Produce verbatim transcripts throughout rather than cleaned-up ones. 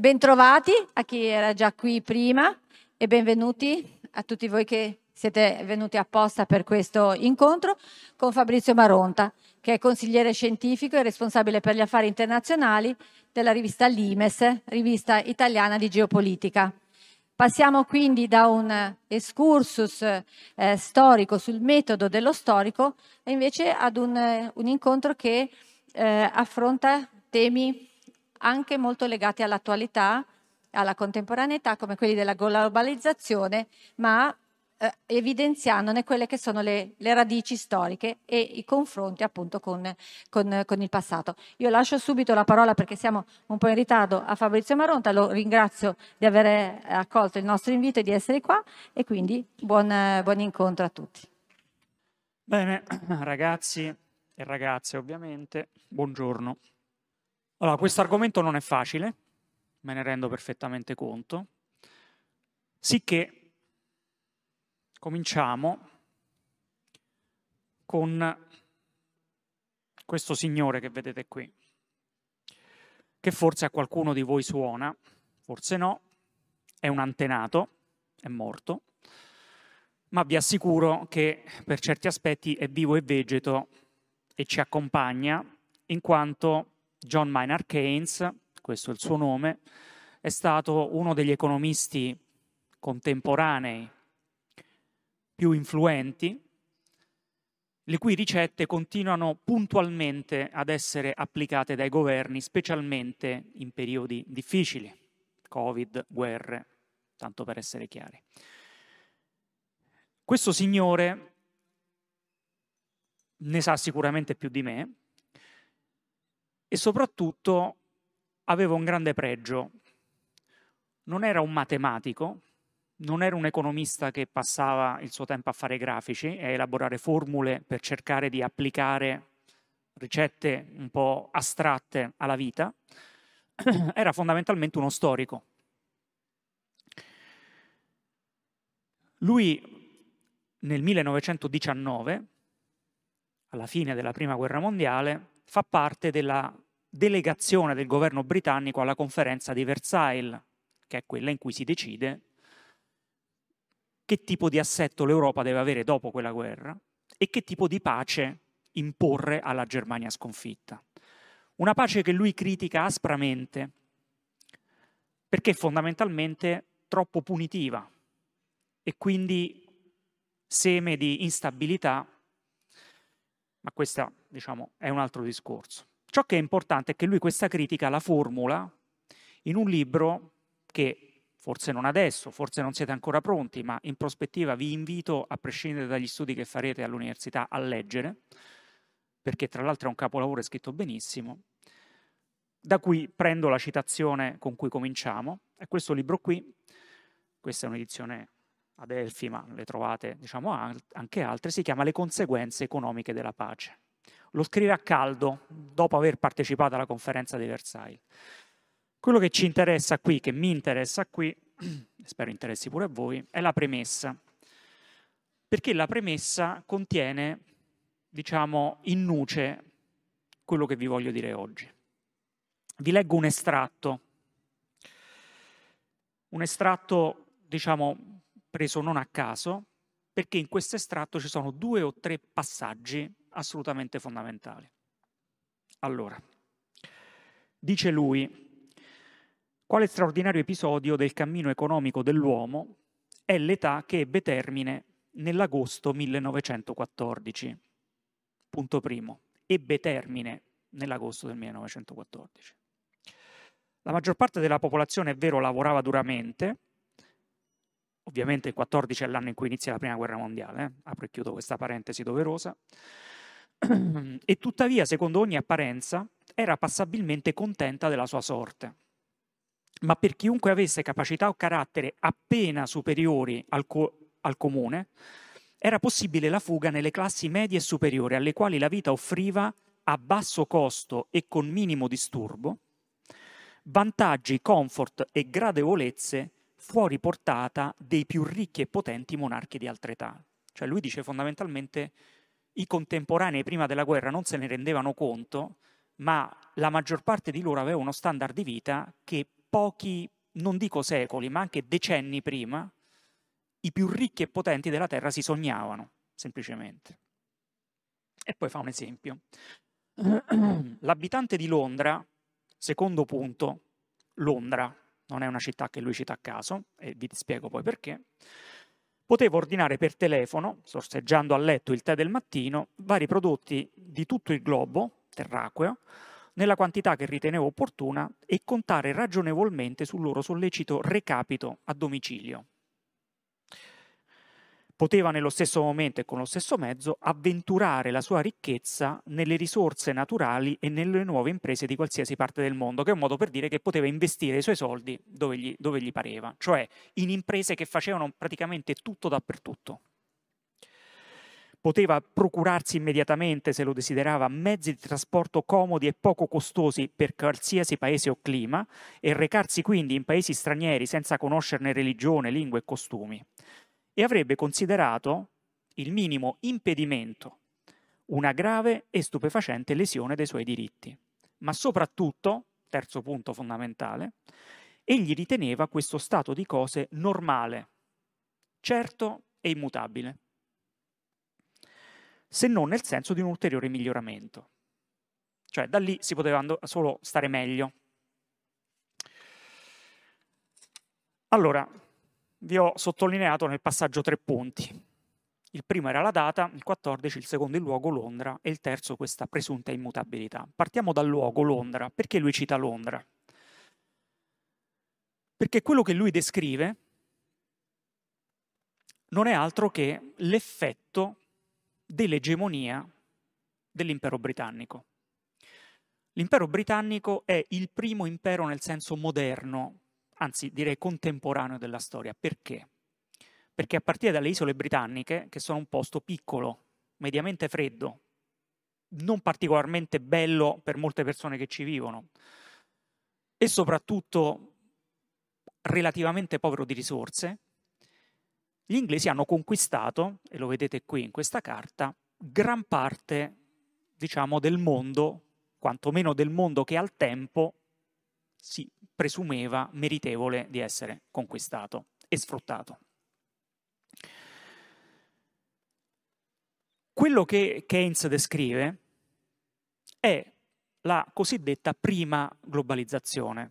Bentrovati a chi era già qui prima e benvenuti a tutti voi che siete venuti apposta per questo incontro con Fabrizio Maronta, che è consigliere scientifico e responsabile per gli affari internazionali della rivista Limes, rivista italiana di geopolitica. Passiamo quindi da un excursus eh, storico sul metodo dello storico e invece ad un, un incontro che eh, affronta temi anche molto legati all'attualità, alla contemporaneità, come quelli della globalizzazione, ma eh, evidenziandone quelle che sono le, le radici storiche e i confronti appunto con, con, con il passato. Io lascio subito la parola, perché siamo un po' in ritardo, a Fabrizio Maronta. Lo ringrazio di aver accolto il nostro invito e di essere qua, e quindi buon, buon incontro a tutti. Bene, ragazzi e ragazze, ovviamente, buongiorno. Allora, questo argomento non è facile, me ne rendo perfettamente conto, sicché cominciamo con questo signore che vedete qui, che forse a qualcuno di voi suona, forse no, è un antenato, è morto, ma vi assicuro che per certi aspetti è vivo e vegeto e ci accompagna, in quanto John Maynard Keynes, questo è il suo nome, è stato uno degli economisti contemporanei più influenti, le cui ricette continuano puntualmente ad essere applicate dai governi, specialmente in periodi difficili, Covid, guerre, tanto per essere chiari. Questo signore ne sa sicuramente più di me e soprattutto aveva un grande pregio. Non era un matematico, non era un economista che passava il suo tempo a fare grafici e a elaborare formule per cercare di applicare ricette un po' astratte alla vita, era fondamentalmente uno storico. Lui nel millenovecentodiciannove, alla fine della Prima Guerra Mondiale, fa parte della delegazione del governo britannico alla conferenza di Versailles, che è quella in cui si decide che tipo di assetto l'Europa deve avere dopo quella guerra e che tipo di pace imporre alla Germania sconfitta. Una pace che lui critica aspramente perché è fondamentalmente troppo punitiva e quindi seme di instabilità, ma questo, diciamo, è un altro discorso. Ciò che è importante è che lui questa critica la formula in un libro che forse non adesso, forse non siete ancora pronti, ma in prospettiva vi invito, a prescindere dagli studi che farete all'università, a leggere, perché tra l'altro è un capolavoro e scritto benissimo, da cui prendo la citazione con cui cominciamo. È questo libro qui, questa è un'edizione Adelphi, ma le trovate, diciamo, anche altre, si chiama Le conseguenze economiche della pace. Lo scrive a caldo, dopo aver partecipato alla conferenza di Versailles. Quello che ci interessa qui, che mi interessa qui, spero interessi pure a voi, è la premessa. Perché la premessa contiene, diciamo, in nuce quello che vi voglio dire oggi. Vi leggo un estratto, un estratto, diciamo, preso non a caso, perché in questo estratto ci sono due o tre passaggi assolutamente fondamentali. Allora, dice lui: quale straordinario episodio del cammino economico dell'uomo è l'età che ebbe termine nell'agosto millenovecentoquattordici. Punto primo. Ebbe termine nell'agosto del millenovecentoquattordici. La maggior parte della popolazione, è vero, lavorava duramente. Ovviamente il quattordici è l'anno in cui inizia la Prima Guerra Mondiale, eh? Apro e chiudo questa parentesi doverosa. E tuttavia, secondo ogni apparenza, era passabilmente contenta della sua sorte. Ma per chiunque avesse capacità o carattere appena superiori al, co- al comune, era possibile la fuga nelle classi medie e superiori, alle quali la vita offriva, a basso costo e con minimo disturbo, vantaggi, comfort e gradevolezze fuori portata dei più ricchi e potenti monarchi di altra età. Cioè lui dice fondamentalmente i contemporanei prima della guerra non se ne rendevano conto, ma la maggior parte di loro aveva uno standard di vita che pochi, non dico secoli, ma anche decenni prima, i più ricchi e potenti della Terra si sognavano, semplicemente. E poi fa un esempio. L'abitante di Londra, secondo punto, Londra non è una città che lui cita a caso, e vi spiego poi perché, poteva ordinare per telefono, sorseggiando a letto il tè del mattino, vari prodotti di tutto il globo terracqueo, nella quantità che riteneva opportuna, e contare ragionevolmente sul loro sollecito recapito a domicilio. Poteva nello stesso momento e con lo stesso mezzo avventurare la sua ricchezza nelle risorse naturali e nelle nuove imprese di qualsiasi parte del mondo, che è un modo per dire che poteva investire i suoi soldi dove gli, dove gli pareva, cioè in imprese che facevano praticamente tutto dappertutto. Poteva procurarsi immediatamente, se lo desiderava, mezzi di trasporto comodi e poco costosi per qualsiasi paese o clima, e recarsi quindi in paesi stranieri senza conoscerne religione, lingue e costumi. E avrebbe considerato il minimo impedimento una grave e stupefacente lesione dei suoi diritti. Ma soprattutto, terzo punto fondamentale, egli riteneva questo stato di cose normale, certo e immutabile, se non nel senso di un ulteriore miglioramento. Cioè, da lì si poteva solo stare meglio. Allora, vi ho sottolineato nel passaggio tre punti. Il primo era la data, il quattordici, il secondo il luogo Londra e il terzo questa presunta immutabilità. Partiamo dal luogo Londra. Perché lui cita Londra? Perché quello che lui descrive non è altro che l'effetto dell'egemonia dell'impero britannico. L'impero britannico è il primo impero nel senso moderno, anzi direi contemporaneo della storia. Perché? Perché a partire dalle isole britanniche, che sono un posto piccolo, mediamente freddo, non particolarmente bello per molte persone che ci vivono, e soprattutto relativamente povero di risorse, gli inglesi hanno conquistato, e lo vedete qui in questa carta, gran parte, diciamo, del mondo, quantomeno del mondo che al tempo si presumeva meritevole di essere conquistato e sfruttato. Quello che Keynes descrive è la cosiddetta prima globalizzazione.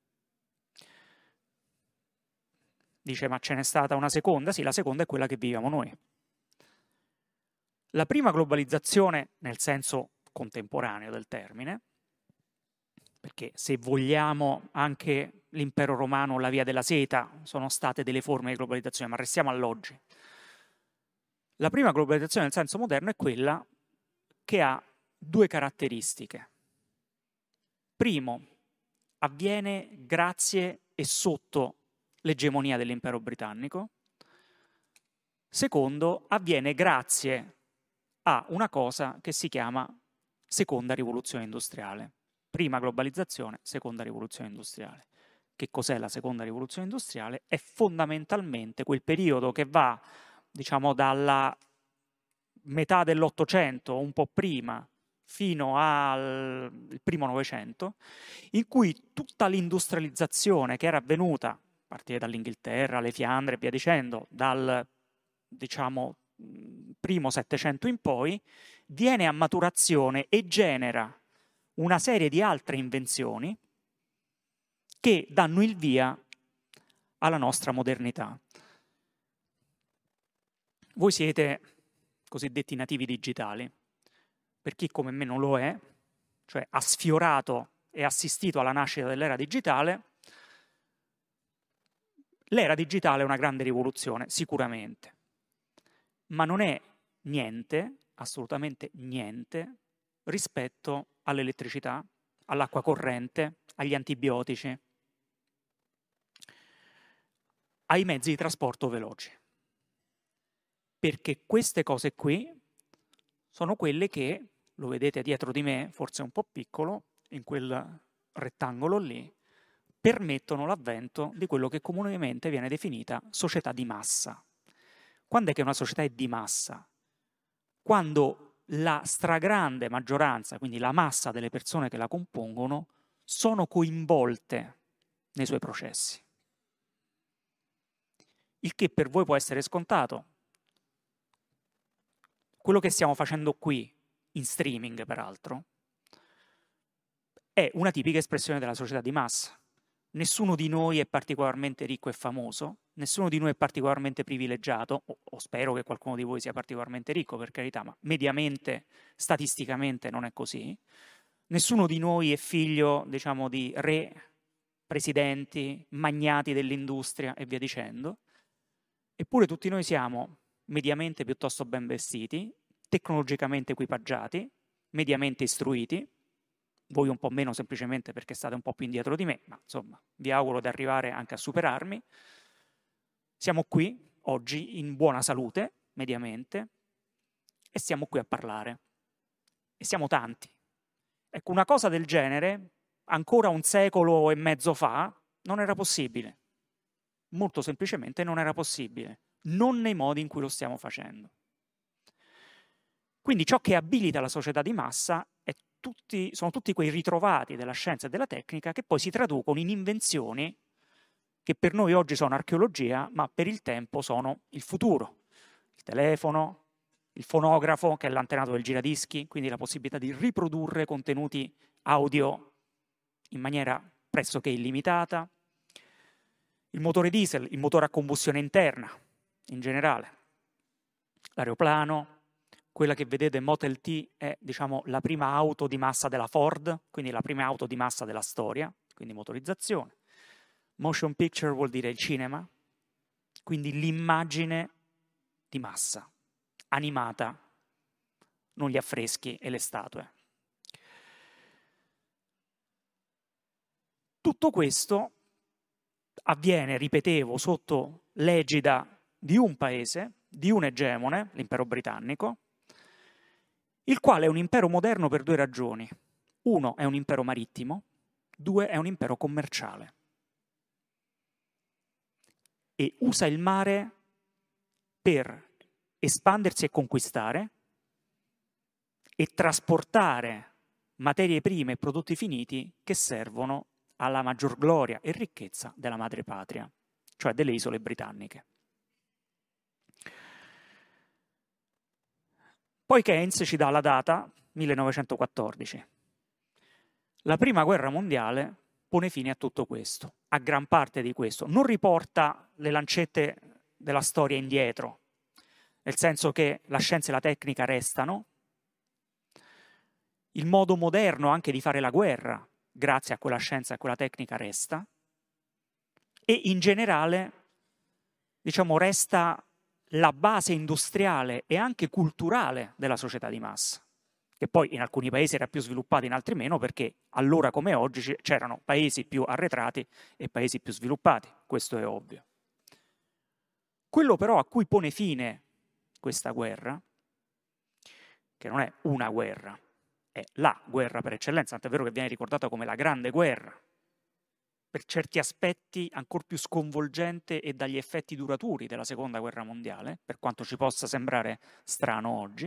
Dice, ma ce n'è stata una seconda? Sì, la seconda è quella che viviamo noi. La prima globalizzazione, nel senso contemporaneo del termine, perché se vogliamo anche l'impero romano, la via della seta, sono state delle forme di globalizzazione, ma restiamo all'oggi. La prima globalizzazione nel senso moderno è quella che ha due caratteristiche. Primo, avviene grazie e sotto l'egemonia dell'impero britannico. Secondo, avviene grazie a una cosa che si chiama seconda rivoluzione industriale. Prima globalizzazione, seconda rivoluzione industriale. Che cos'è la seconda rivoluzione industriale? È fondamentalmente quel periodo che va, diciamo, dalla metà dell'Ottocento, un po' prima, fino al primo Novecento, in cui tutta l'industrializzazione che era avvenuta, a partire dall'Inghilterra, le Fiandre e via dicendo, dal, diciamo, primo Settecento in poi, viene a maturazione e genera una serie di altre invenzioni che danno il via alla nostra modernità. Voi siete cosiddetti nativi digitali. Per chi come me non lo è, cioè ha sfiorato e assistito alla nascita dell'era digitale, l'era digitale è una grande rivoluzione, sicuramente, ma non è niente, assolutamente niente, rispetto all'elettricità, all'acqua corrente, agli antibiotici, ai mezzi di trasporto veloci. Perché queste cose qui sono quelle che, lo vedete dietro di me, forse un po' piccolo, in quel rettangolo lì, permettono l'avvento di quello che comunemente viene definita società di massa. Quando è che una società è di massa? Quando la stragrande maggioranza, quindi la massa delle persone che la compongono, sono coinvolte nei suoi processi. Il che per voi può essere scontato. Quello che stiamo facendo qui, in streaming peraltro, è una tipica espressione della società di massa. Nessuno di noi è particolarmente ricco e famoso, nessuno di noi è particolarmente privilegiato, o, o spero che qualcuno di voi sia particolarmente ricco, per carità, ma mediamente, statisticamente non è così. Nessuno di noi è figlio, diciamo, di re, presidenti, magnati dell'industria e via dicendo. Eppure tutti noi siamo mediamente piuttosto ben vestiti, tecnologicamente equipaggiati, mediamente istruiti, voi un po' meno semplicemente perché state un po' più indietro di me, ma insomma vi auguro di arrivare anche a superarmi. Siamo qui oggi in buona salute, mediamente, e stiamo qui a parlare. E siamo tanti. Ecco, una cosa del genere, ancora un secolo e mezzo fa, non era possibile. Molto semplicemente non era possibile, non nei modi in cui lo stiamo facendo. Quindi ciò che abilita la società di massa è tutti, sono tutti quei ritrovati della scienza e della tecnica che poi si traducono in invenzioni che per noi oggi sono archeologia, ma per il tempo sono il futuro. Il telefono, il fonografo, che è l'antenato del giradischi, quindi la possibilità di riprodurre contenuti audio in maniera pressoché illimitata, il motore diesel, il motore a combustione interna in generale, l'aeroplano, quella che vedete Model T è, diciamo, la prima auto di massa della Ford, quindi la prima auto di massa della storia, quindi motorizzazione. Motion picture vuol dire il cinema, quindi l'immagine di massa, animata, non gli affreschi e le statue. Tutto questo avviene, ripetevo, sotto l'egida di un paese, di un egemone, l'impero britannico, il quale è un impero moderno per due ragioni. Uno è un impero marittimo, due è un impero commerciale. E usa il mare per espandersi e conquistare e trasportare materie prime e prodotti finiti che servono alla maggior gloria e ricchezza della madrepatria, cioè delle isole britanniche. Poi Keynes ci dà la data millenovecentoquattordici. La prima guerra mondiale pone fine a tutto questo, a gran parte di questo. Non riporta le lancette della storia indietro, nel senso che la scienza e la tecnica restano, il modo moderno anche di fare la guerra, grazie a quella scienza e a quella tecnica, resta, e in generale, diciamo, resta la base industriale e anche culturale della società di massa, che poi in alcuni paesi era più sviluppata, in altri meno, perché allora come oggi c'erano paesi più arretrati e paesi più sviluppati, questo è ovvio. Quello però a cui pone fine questa guerra, che non è una guerra, è la guerra per eccellenza, tant'è vero che viene ricordata come la Grande Guerra, per certi aspetti ancora più sconvolgente e dagli effetti duraturi della Seconda Guerra Mondiale, per quanto ci possa sembrare strano oggi.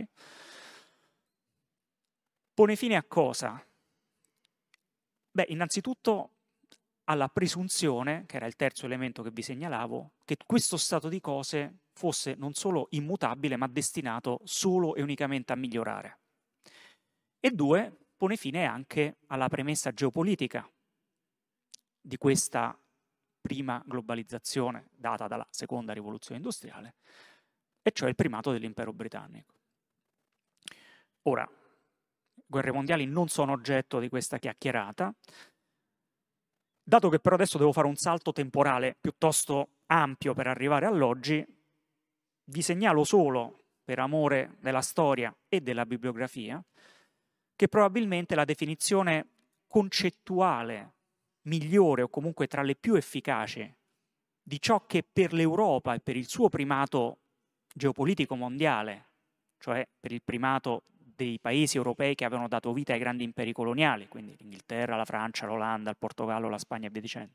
Pone fine a cosa? Beh, innanzitutto alla presunzione, che era il terzo elemento che vi segnalavo, che questo stato di cose fosse non solo immutabile, ma destinato solo e unicamente a migliorare. E due, pone fine anche alla premessa geopolitica di questa prima globalizzazione data dalla seconda rivoluzione industriale, e cioè il primato dell'impero britannico. Ora, guerre mondiali non sono oggetto di questa chiacchierata, dato che però adesso devo fare un salto temporale piuttosto ampio per arrivare all'oggi, vi segnalo solo, per amore della storia e della bibliografia, che probabilmente la definizione concettuale migliore o comunque tra le più efficaci di ciò che per l'Europa e per il suo primato geopolitico mondiale, cioè per il primato dei paesi europei che avevano dato vita ai grandi imperi coloniali, quindi l'Inghilterra, la Francia, l'Olanda, il Portogallo, la Spagna e via dicendo.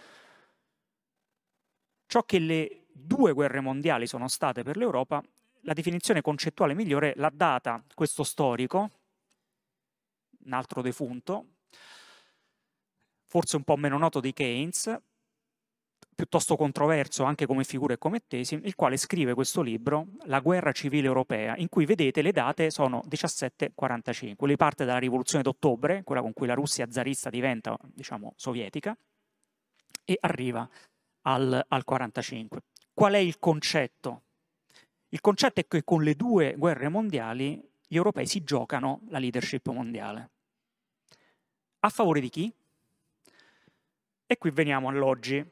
Ciò che le due guerre mondiali sono state per l'Europa, la definizione concettuale migliore l'ha data questo storico, un altro defunto, forse un po' meno noto di Keynes, piuttosto controverso anche come figura e come tesi, il quale scrive questo libro, La guerra civile europea, in cui vedete le date sono diciassette quarantacinque. Lui parte dalla rivoluzione d'ottobre, quella con cui la Russia zarista diventa, diciamo, sovietica, e arriva al, al quarantacinque. Qual è il concetto? Il concetto è che con le due guerre mondiali gli europei si giocano la leadership mondiale. A favore di chi? E qui veniamo all'oggi.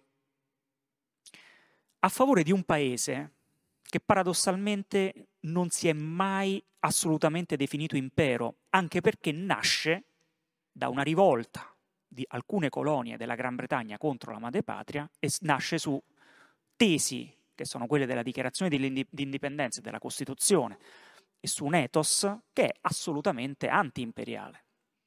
A favore di un paese che paradossalmente non si è mai assolutamente definito impero, anche perché nasce da una rivolta di alcune colonie della Gran Bretagna contro la madrepatria e nasce su tesi che sono quelle della dichiarazione di indipendenza e della Costituzione e su un ethos che è assolutamente anti-imperiale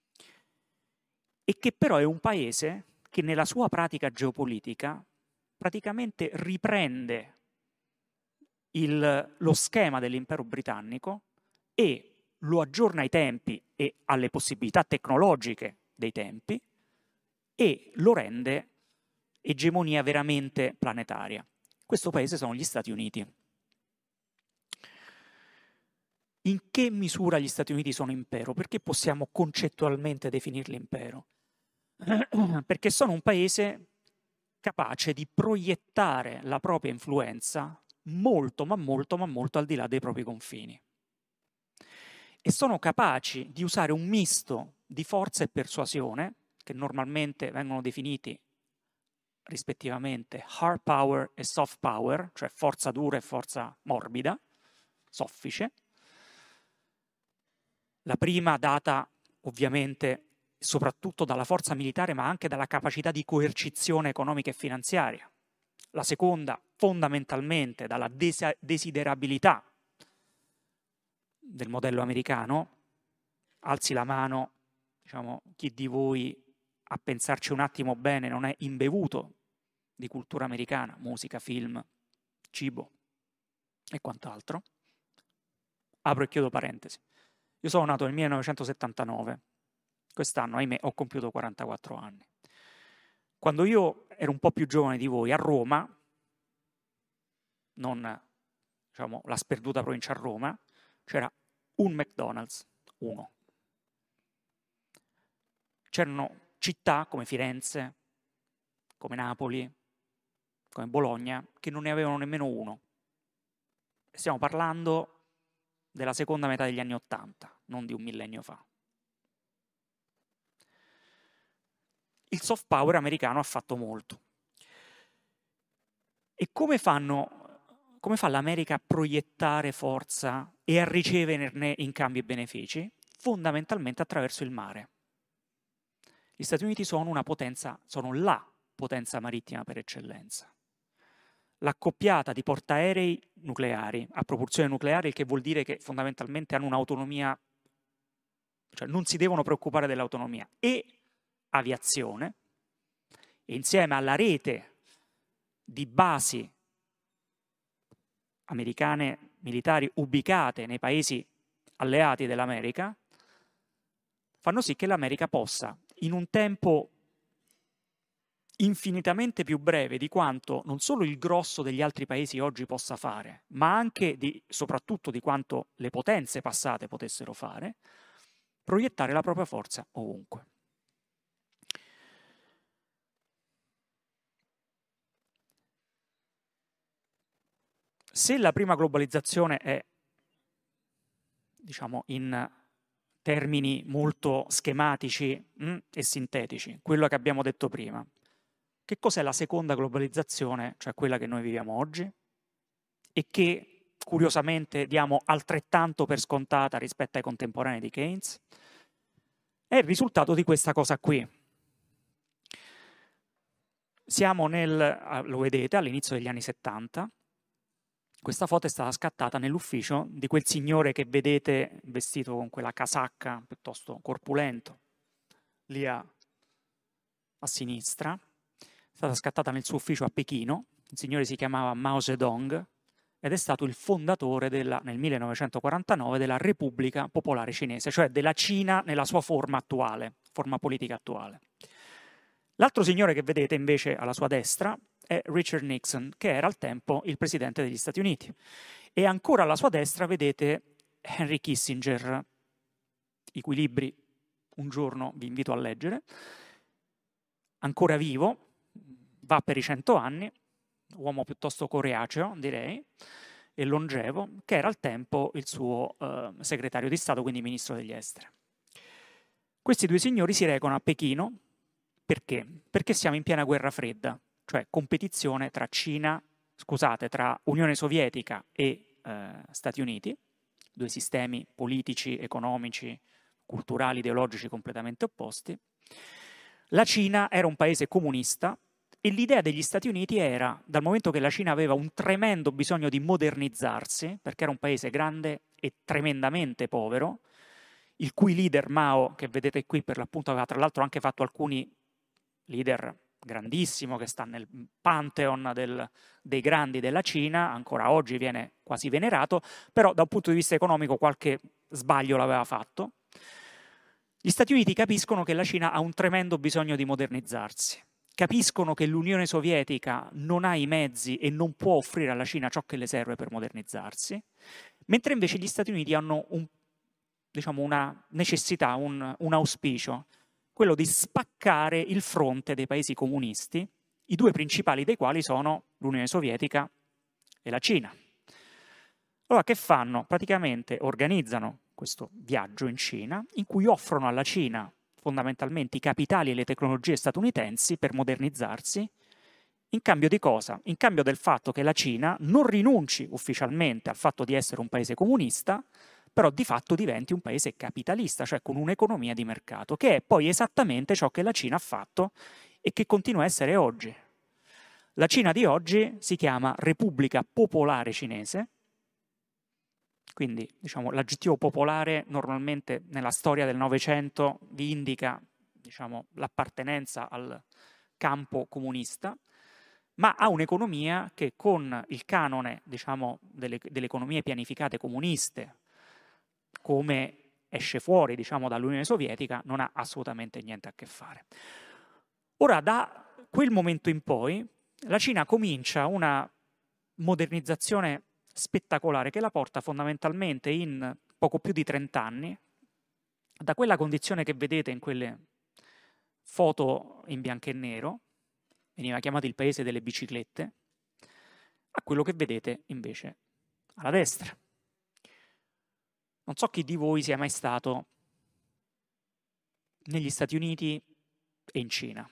e che però è un paese che nella sua pratica geopolitica praticamente riprende il, lo schema dell'impero britannico e lo aggiorna ai tempi e alle possibilità tecnologiche dei tempi e lo rende egemonia veramente planetaria. Questo paese sono gli Stati Uniti. In che misura gli Stati Uniti sono impero? Perché possiamo concettualmente definirli impero? Perché sono un paese capace di proiettare la propria influenza molto, ma molto, ma molto al di là dei propri confini. E sono capaci di usare un misto di forza e persuasione, che normalmente vengono definiti rispettivamente hard power e soft power, cioè forza dura e forza morbida, soffice. La prima data ovviamente soprattutto dalla forza militare, ma anche dalla capacità di coercizione economica e finanziaria. La seconda, fondamentalmente, dalla des- desiderabilità del modello americano. Alzi la mano, diciamo, chi di voi, a pensarci un attimo bene, non è imbevuto di cultura americana, musica, film, cibo e quant'altro. Apro e chiudo parentesi. Io sono nato nel millenovecentosettantanove. Quest'anno, ahimè, ho compiuto quarantaquattro anni. Quando io ero un po' più giovane di voi, a Roma, non diciamo la sperduta provincia a Roma, c'era un McDonald's, uno. C'erano città come Firenze, come Napoli, come Bologna, che non ne avevano nemmeno uno. Stiamo parlando della seconda metà degli anni Ottanta, non di un millennio fa. Il soft power americano ha fatto molto. E come fanno, come fa l'America a proiettare forza e a riceverne in cambio i benefici? Fondamentalmente attraverso il mare. Gli Stati Uniti sono una potenza, sono la potenza marittima per eccellenza. L'accoppiata di portaerei nucleari a propulsione nucleare, il che vuol dire che fondamentalmente hanno un'autonomia, cioè non si devono preoccupare dell'autonomia, e aviazione, e insieme alla rete di basi americane militari ubicate nei paesi alleati dell'America, fanno sì che l'America possa, in un tempo infinitamente più breve di quanto non solo il grosso degli altri paesi oggi possa fare, ma anche di, soprattutto di quanto le potenze passate potessero fare, proiettare la propria forza ovunque. Se la prima globalizzazione è, diciamo, in termini molto schematici mh, e sintetici, quello che abbiamo detto prima, che cos'è la seconda globalizzazione, cioè quella che noi viviamo oggi, e che curiosamente diamo altrettanto per scontata rispetto ai contemporanei di Keynes? È il risultato di questa cosa qui. Siamo nel, lo vedete, all'inizio degli anni settanta. Questa foto è stata scattata nell'ufficio di quel signore che vedete vestito con quella casacca piuttosto corpulento, lì a, a sinistra. È stata scattata nel suo ufficio a Pechino. Il signore si chiamava Mao Zedong ed è stato il fondatore della, nel millenovecentoquarantanove della Repubblica Popolare Cinese, cioè della Cina nella sua forma attuale, forma politica attuale. L'altro signore che vedete invece alla sua destra è Richard Nixon, che era al tempo il presidente degli Stati Uniti. E ancora alla sua destra vedete Henry Kissinger, i cui libri un giorno vi invito a leggere, ancora vivo, va per i cento anni, uomo piuttosto coriaceo, direi, e longevo, che era al tempo il suo eh, segretario di Stato, quindi ministro degli esteri. Questi due signori si recano a Pechino, perché? Perché siamo in piena guerra fredda, cioè competizione tra Cina, scusate, tra Unione Sovietica e eh, Stati Uniti, due sistemi politici, economici, culturali, ideologici completamente opposti. La Cina era un paese comunista e l'idea degli Stati Uniti era, dal momento che la Cina aveva un tremendo bisogno di modernizzarsi, perché era un paese grande e tremendamente povero, il cui leader Mao, che vedete qui per l'appunto, aveva tra l'altro anche fatto alcuni leader grandissimo, che sta nel pantheon del, dei grandi della Cina, ancora oggi viene quasi venerato, però da un punto di vista economico qualche sbaglio l'aveva fatto. Gli Stati Uniti capiscono che la Cina ha un tremendo bisogno di modernizzarsi, capiscono che l'Unione Sovietica non ha i mezzi e non può offrire alla Cina ciò che le serve per modernizzarsi, mentre invece gli Stati Uniti hanno un, diciamo, una necessità, un, un auspicio, quello di spaccare il fronte dei paesi comunisti, i due principali dei quali sono l'Unione Sovietica e la Cina. Allora che fanno? Praticamente organizzano questo viaggio in Cina, in cui offrono alla Cina fondamentalmente i capitali e le tecnologie statunitensi per modernizzarsi, in cambio di cosa? In cambio del fatto che la Cina non rinunci ufficialmente al fatto di essere un paese comunista, però di fatto diventi un paese capitalista, cioè con un'economia di mercato, che è poi esattamente ciò che la Cina ha fatto e che continua a essere oggi. La Cina di oggi si chiama Repubblica Popolare Cinese, quindi diciamo, l'aggettivo popolare normalmente nella storia del Novecento vi indica diciamo, l'appartenenza al campo comunista, ma ha un'economia che con il canone diciamo, delle, delle economie pianificate comuniste, come esce fuori diciamo, dall'Unione Sovietica, non ha assolutamente niente a che fare. Ora, da quel momento in poi, la Cina comincia una modernizzazione spettacolare che la porta fondamentalmente in poco più di trenta anni, da quella condizione che vedete in quelle foto in bianco e nero, veniva chiamato il paese delle biciclette, a quello che vedete invece alla destra. Non so chi di voi sia mai stato negli Stati Uniti e in Cina,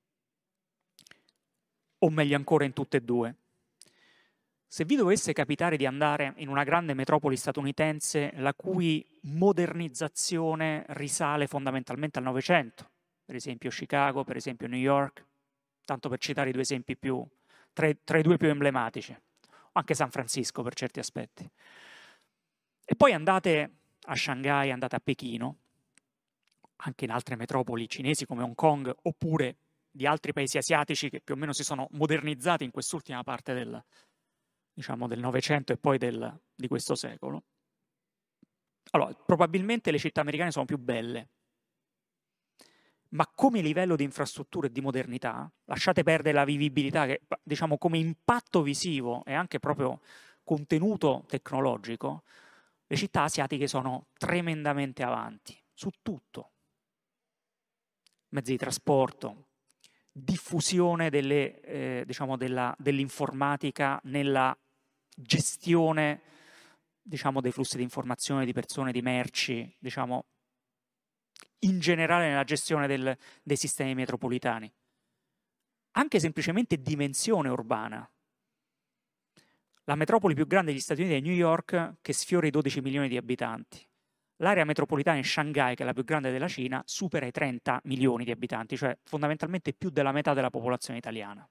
o meglio ancora in tutte e due. Se vi dovesse capitare di andare in una grande metropoli statunitense la cui modernizzazione risale fondamentalmente al Novecento, per esempio Chicago, per esempio New York, tanto per citare i due esempi più, tra, tra i due più emblematici, o anche San Francisco per certi aspetti. E poi andate a Shanghai, andate a Pechino, anche in altre metropoli cinesi come Hong Kong, oppure di altri paesi asiatici che più o meno si sono modernizzati in quest'ultima parte del diciamo del Novecento e poi del, di questo secolo. Allora, probabilmente le città americane sono più belle, ma come livello di infrastrutture e di modernità, lasciate perdere la vivibilità, che diciamo come impatto visivo e anche proprio contenuto tecnologico, le città asiatiche sono tremendamente avanti, su tutto. Mezzi di trasporto, diffusione delle, eh, diciamo della, dell'informatica nella gestione diciamo, dei flussi di informazione, di persone, di merci, diciamo, in generale nella gestione del, dei sistemi metropolitani. Anche semplicemente dimensione urbana. La metropoli più grande degli Stati Uniti è New York, che sfiora i dodici milioni di abitanti. L'area metropolitana in Shanghai, che è la più grande della Cina, supera i trenta milioni di abitanti, cioè fondamentalmente più della metà della popolazione italiana.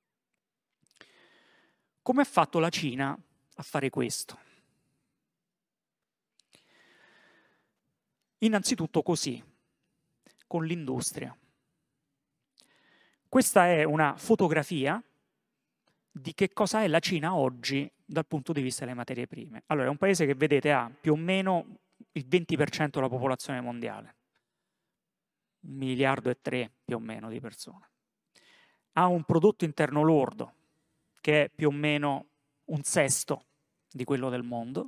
Come ha fatto la Cina a fare questo? Innanzitutto così, con l'industria. Questa è una fotografia di che cosa è la Cina oggi dal punto di vista delle materie prime. Allora, è un paese che vedete ha più o meno il venti per cento della popolazione mondiale, un miliardo e tre più o meno di persone. ha un prodotto interno lordo che è più o meno un sesto di quello del mondo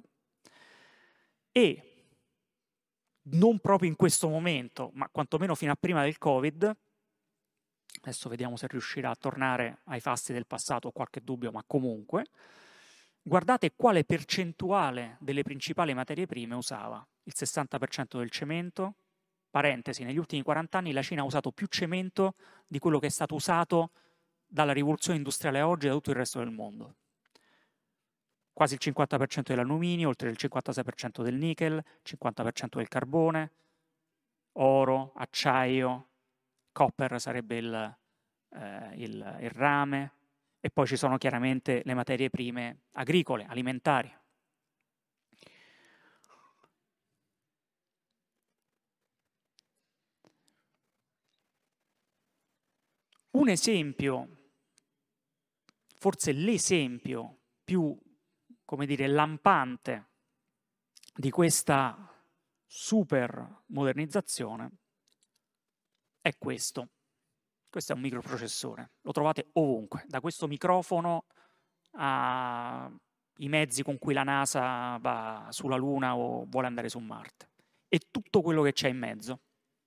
e non proprio in questo momento, ma quantomeno fino a prima del Covid, adesso vediamo se riuscirà a tornare ai fasti del passato, ho qualche dubbio, ma comunque, guardate quale percentuale delle principali materie prime usava. Il sessanta per cento del cemento, parentesi, negli ultimi quaranta anni la Cina ha usato più cemento di quello che è stato usato dalla rivoluzione industriale a oggi da tutto il resto del mondo. Quasi il cinquanta per cento dell'alluminio, oltre il cinquantasei per cento del nickel, cinquanta per cento del carbone, oro, acciaio, copper sarebbe il, eh, il, il rame, e poi ci sono chiaramente le materie prime agricole, alimentari. Un esempio, forse l'esempio più, come dire, lampante di questa super modernizzazione è questo. Questo è un microprocessore, lo trovate ovunque, da questo microfono ai mezzi con cui la NASA va sulla Luna o vuole andare su Marte, e tutto quello che c'è in mezzo.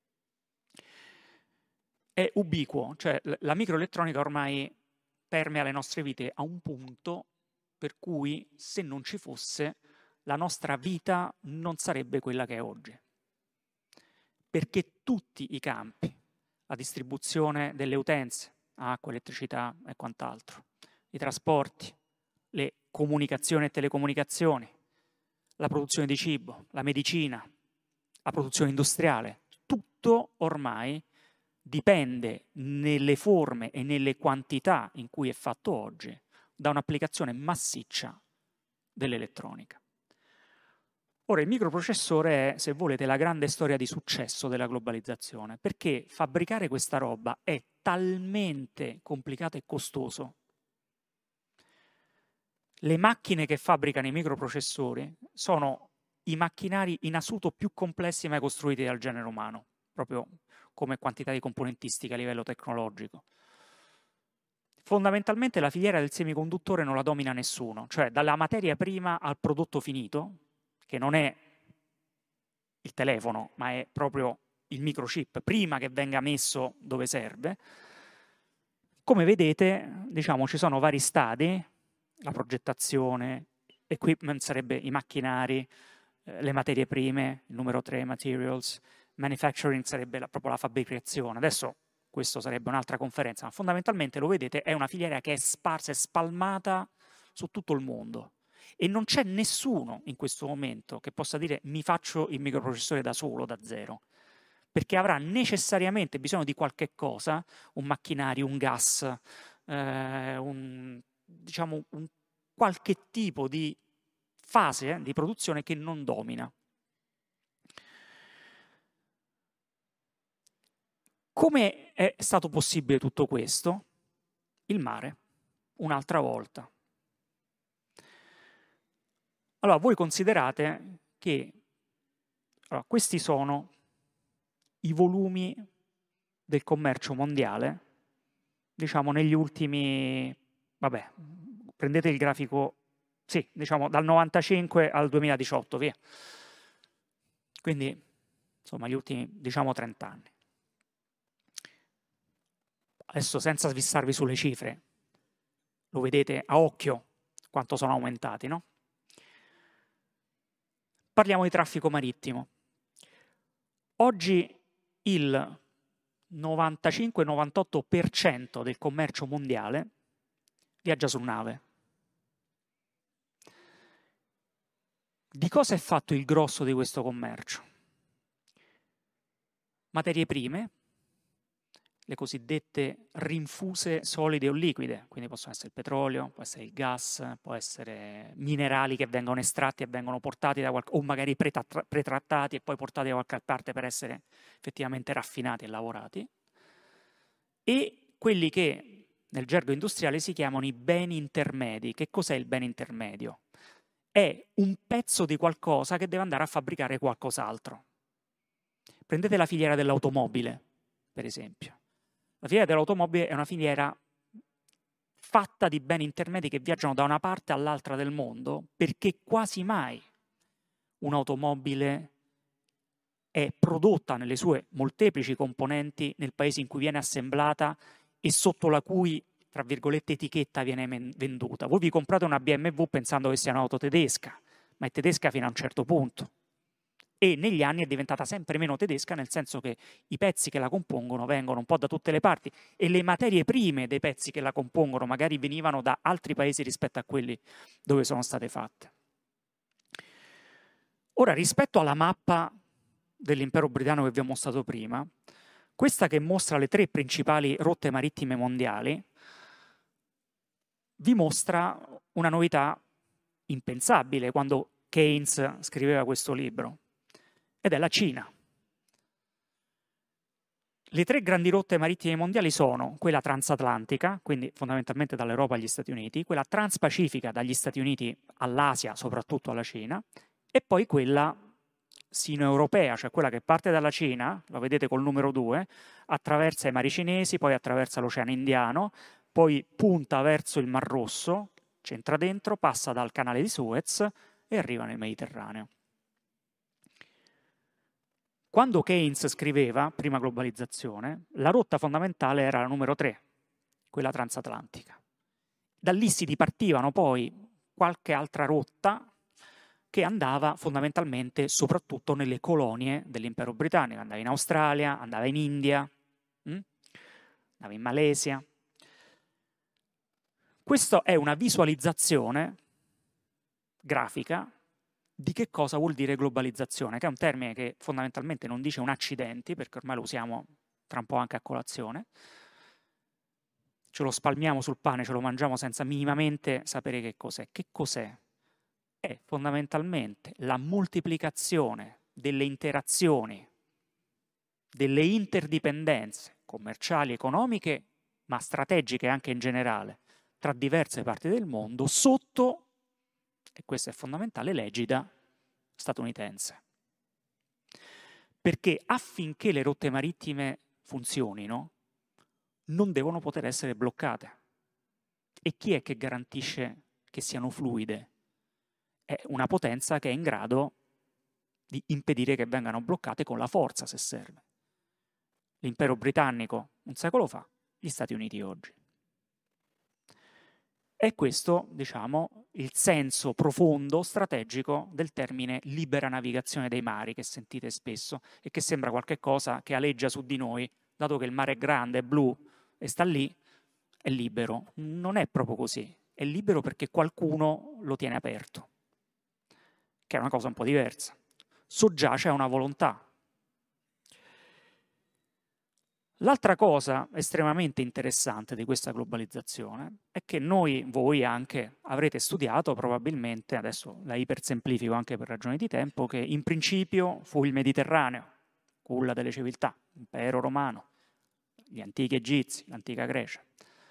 È ubiquo, cioè la microelettronica ormai permea le nostre vite a un punto per cui se non ci fosse la nostra vita non sarebbe quella che è oggi. Perché tutti i campi, la distribuzione delle utenze, acqua, elettricità e quant'altro, i trasporti, le comunicazioni e telecomunicazioni, la produzione di cibo, la medicina, la produzione industriale, tutto ormai dipende nelle forme e nelle quantità in cui è fatto oggi da un'applicazione massiccia dell'elettronica. Ora, il microprocessore è, se volete, la grande storia di successo della globalizzazione, perché fabbricare questa roba è talmente complicato e costoso. Le macchine che fabbricano i microprocessori sono i macchinari in assoluto più complessi mai costruiti dal genere umano, proprio come quantità di componentistica a livello tecnologico. Fondamentalmente la filiera del semiconduttore non la domina nessuno, cioè dalla materia prima al prodotto finito, che non è il telefono, ma è proprio il microchip, prima che venga messo dove serve. Come vedete, diciamo, ci sono vari stadi: la progettazione, equipment sarebbe i macchinari, eh, le materie prime, il numero tre, materials, manufacturing sarebbe la, proprio la fabbricazione. Adesso questo sarebbe un'altra conferenza, ma fondamentalmente lo vedete, è una filiera che è sparsa e spalmata su tutto il mondo. E non c'è nessuno in questo momento che possa dire mi faccio il microprocessore da solo, da zero, perché avrà necessariamente bisogno di qualche cosa, un macchinario, un gas, eh, un, diciamo, un, qualche tipo di fase eh, di produzione che non domina. Come è stato possibile tutto questo? Il mare, un'altra volta. Allora, voi considerate che allora, questi sono i volumi del commercio mondiale, diciamo negli ultimi, vabbè, prendete il grafico, sì, diciamo dal novantacinque al duemiladiciotto, via. Quindi, insomma, gli ultimi, diciamo, trenta anni. Adesso, senza svissarvi sulle cifre, lo vedete a occhio quanto sono aumentati, no? Parliamo di traffico marittimo. Oggi il novantacinque novantotto per cento del commercio mondiale viaggia su nave. Di cosa è fatto il grosso di questo commercio? Materie prime, le cosiddette rinfuse solide o liquide, quindi possono essere il petrolio, può essere il gas, può essere minerali che vengono estratti e vengono portati da qualche, o magari pretrattati e poi portati da qualche parte per essere effettivamente raffinati e lavorati, e quelli che nel gergo industriale si chiamano i beni intermedi. Che cos'è il bene intermedio? È un pezzo di qualcosa che deve andare a fabbricare qualcos'altro. Prendete la filiera dell'automobile, per esempio. La filiera dell'automobile è una filiera fatta di beni intermedi che viaggiano da una parte all'altra del mondo, perché quasi mai un'automobile è prodotta nelle sue molteplici componenti nel paese in cui viene assemblata e sotto la cui, tra virgolette, etichetta viene venduta. Voi vi comprate una B M W pensando che sia un'auto tedesca, ma è tedesca fino a un certo punto. E negli anni è diventata sempre meno tedesca, nel senso che i pezzi che la compongono vengono un po' da tutte le parti e le materie prime dei pezzi che la compongono magari venivano da altri paesi rispetto a quelli dove sono state fatte. Ora, rispetto alla mappa dell'impero britannico che vi ho mostrato prima, questa che mostra le tre principali rotte marittime mondiali, vi mostra una novità impensabile quando Keynes scriveva questo libro, ed è la Cina. Le tre grandi rotte marittime mondiali sono quella transatlantica, quindi fondamentalmente dall'Europa agli Stati Uniti, quella transpacifica dagli Stati Uniti all'Asia, soprattutto alla Cina, e poi quella sino-europea, cioè quella che parte dalla Cina, lo vedete col numero due, attraversa i mari cinesi, poi attraversa l'Oceano Indiano, poi punta verso il Mar Rosso, c'entra dentro, passa dal canale di Suez e arriva nel Mediterraneo. Quando Keynes scriveva, prima globalizzazione, la rotta fondamentale era la numero tre, quella transatlantica. Da lì si dipartivano poi qualche altra rotta che andava fondamentalmente soprattutto nelle colonie dell'impero britannico. Andava in Australia, andava in India, hm? andava in Malesia. Questa è una visualizzazione grafica di che cosa vuol dire globalizzazione, che è un termine che fondamentalmente non dice un accidenti, perché ormai lo usiamo tra un po' anche a colazione, ce lo spalmiamo sul pane, ce lo mangiamo senza minimamente sapere che cos'è. Che cos'è? È fondamentalmente la moltiplicazione delle interazioni, delle interdipendenze commerciali, economiche, ma strategiche anche in generale, tra diverse parti del mondo, sotto, e questo è fondamentale, l'egida statunitense. Perché affinché le rotte marittime funzionino, non devono poter essere bloccate. E chi è che garantisce che siano fluide? È una potenza che è in grado di impedire che vengano bloccate con la forza, se serve. L'impero britannico un secolo fa, gli Stati Uniti oggi. È questo, diciamo, il senso profondo, strategico del termine libera navigazione dei mari, che sentite spesso e che sembra qualcosa che aleggia su di noi, dato che il mare è grande, è blu e sta lì, è libero. Non è proprio così. È libero perché qualcuno lo tiene aperto, che è una cosa un po' diversa. Soggiace a una volontà. L'altra cosa estremamente interessante di questa globalizzazione è che noi, voi anche, avrete studiato probabilmente, adesso la ipersemplifico anche per ragioni di tempo, che in principio fu il Mediterraneo, culla delle civiltà, l'impero romano, gli antichi egizi, l'antica Grecia.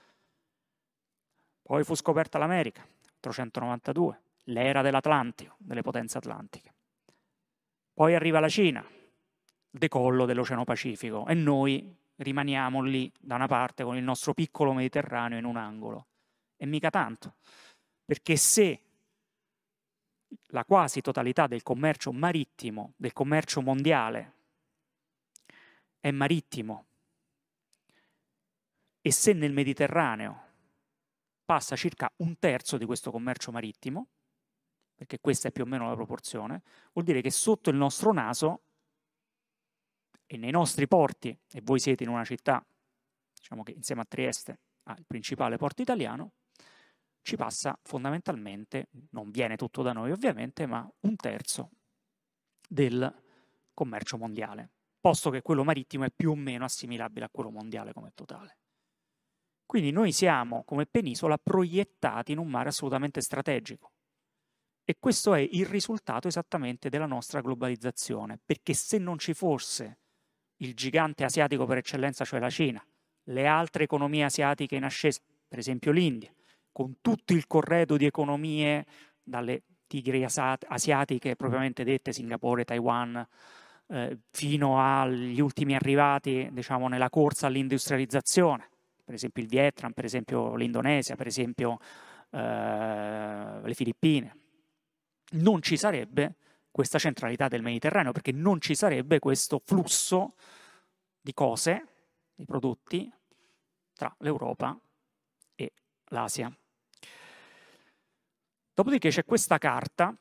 Poi fu scoperta l'America, quattrocentonovantadue, l'era dell'Atlantico, delle potenze atlantiche. Poi arriva la Cina, il decollo dell'Oceano Pacifico, e noi rimaniamo lì da una parte con il nostro piccolo Mediterraneo in un angolo. E mica tanto, perché se la quasi totalità del commercio marittimo, del commercio mondiale, è marittimo, e se nel Mediterraneo passa circa un terzo di questo commercio marittimo, perché questa è più o meno la proporzione, vuol dire che sotto il nostro naso e nei nostri porti, e voi siete in una città, diciamo che insieme a Trieste ha il principale porto italiano, ci passa fondamentalmente, non viene tutto da noi ovviamente, ma un terzo del commercio mondiale, posto che quello marittimo è più o meno assimilabile a quello mondiale come totale. Quindi noi siamo, come penisola, proiettati in un mare assolutamente strategico. E questo è il risultato esattamente della nostra globalizzazione, perché se non ci fosse il gigante asiatico per eccellenza, cioè la Cina, le altre economie asiatiche in ascesa, per esempio l'India, con tutto il corredo di economie, dalle tigri asiatiche propriamente dette, Singapore, Taiwan, eh, fino agli ultimi arrivati, diciamo, nella corsa all'industrializzazione, per esempio il Vietnam, per esempio l'Indonesia, per esempio eh, le Filippine. Non ci sarebbe questa centralità del Mediterraneo, perché non ci sarebbe questo flusso di cose, di prodotti, tra l'Europa e l'Asia. Dopodiché c'è questa carta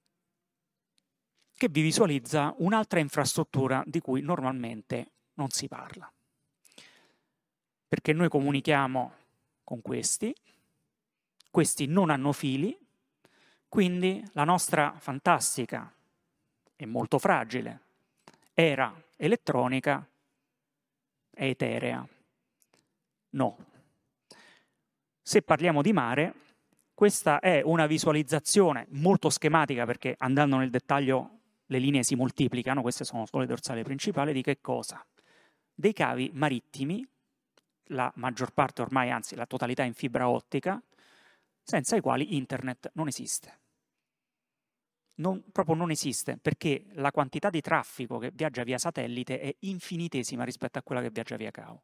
che vi visualizza un'altra infrastruttura di cui normalmente non si parla. Perché noi comunichiamo con questi, questi non hanno fili, quindi la nostra fantastica e molto fragile era elettronica è eterea. No. Se parliamo di mare, questa è una visualizzazione molto schematica, perché andando nel dettaglio le linee si moltiplicano, queste sono solo le dorsali principali, di che cosa? Dei cavi marittimi, la maggior parte ormai, anzi la totalità in fibra ottica, senza i quali internet non esiste. Non, proprio non esiste, perché la quantità di traffico che viaggia via satellite è infinitesima rispetto a quella che viaggia via cavo.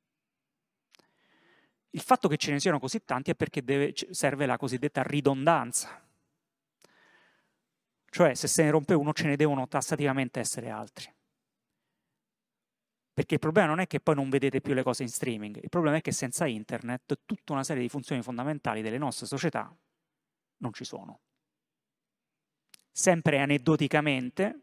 Il fatto che ce ne siano così tanti è perché deve, serve la cosiddetta ridondanza. Cioè, se se ne rompe uno, ce ne devono tassativamente essere altri. Perché il problema non è che poi non vedete più le cose in streaming, il problema è che senza internet tutta una serie di funzioni fondamentali delle nostre società non ci sono. Sempre aneddoticamente,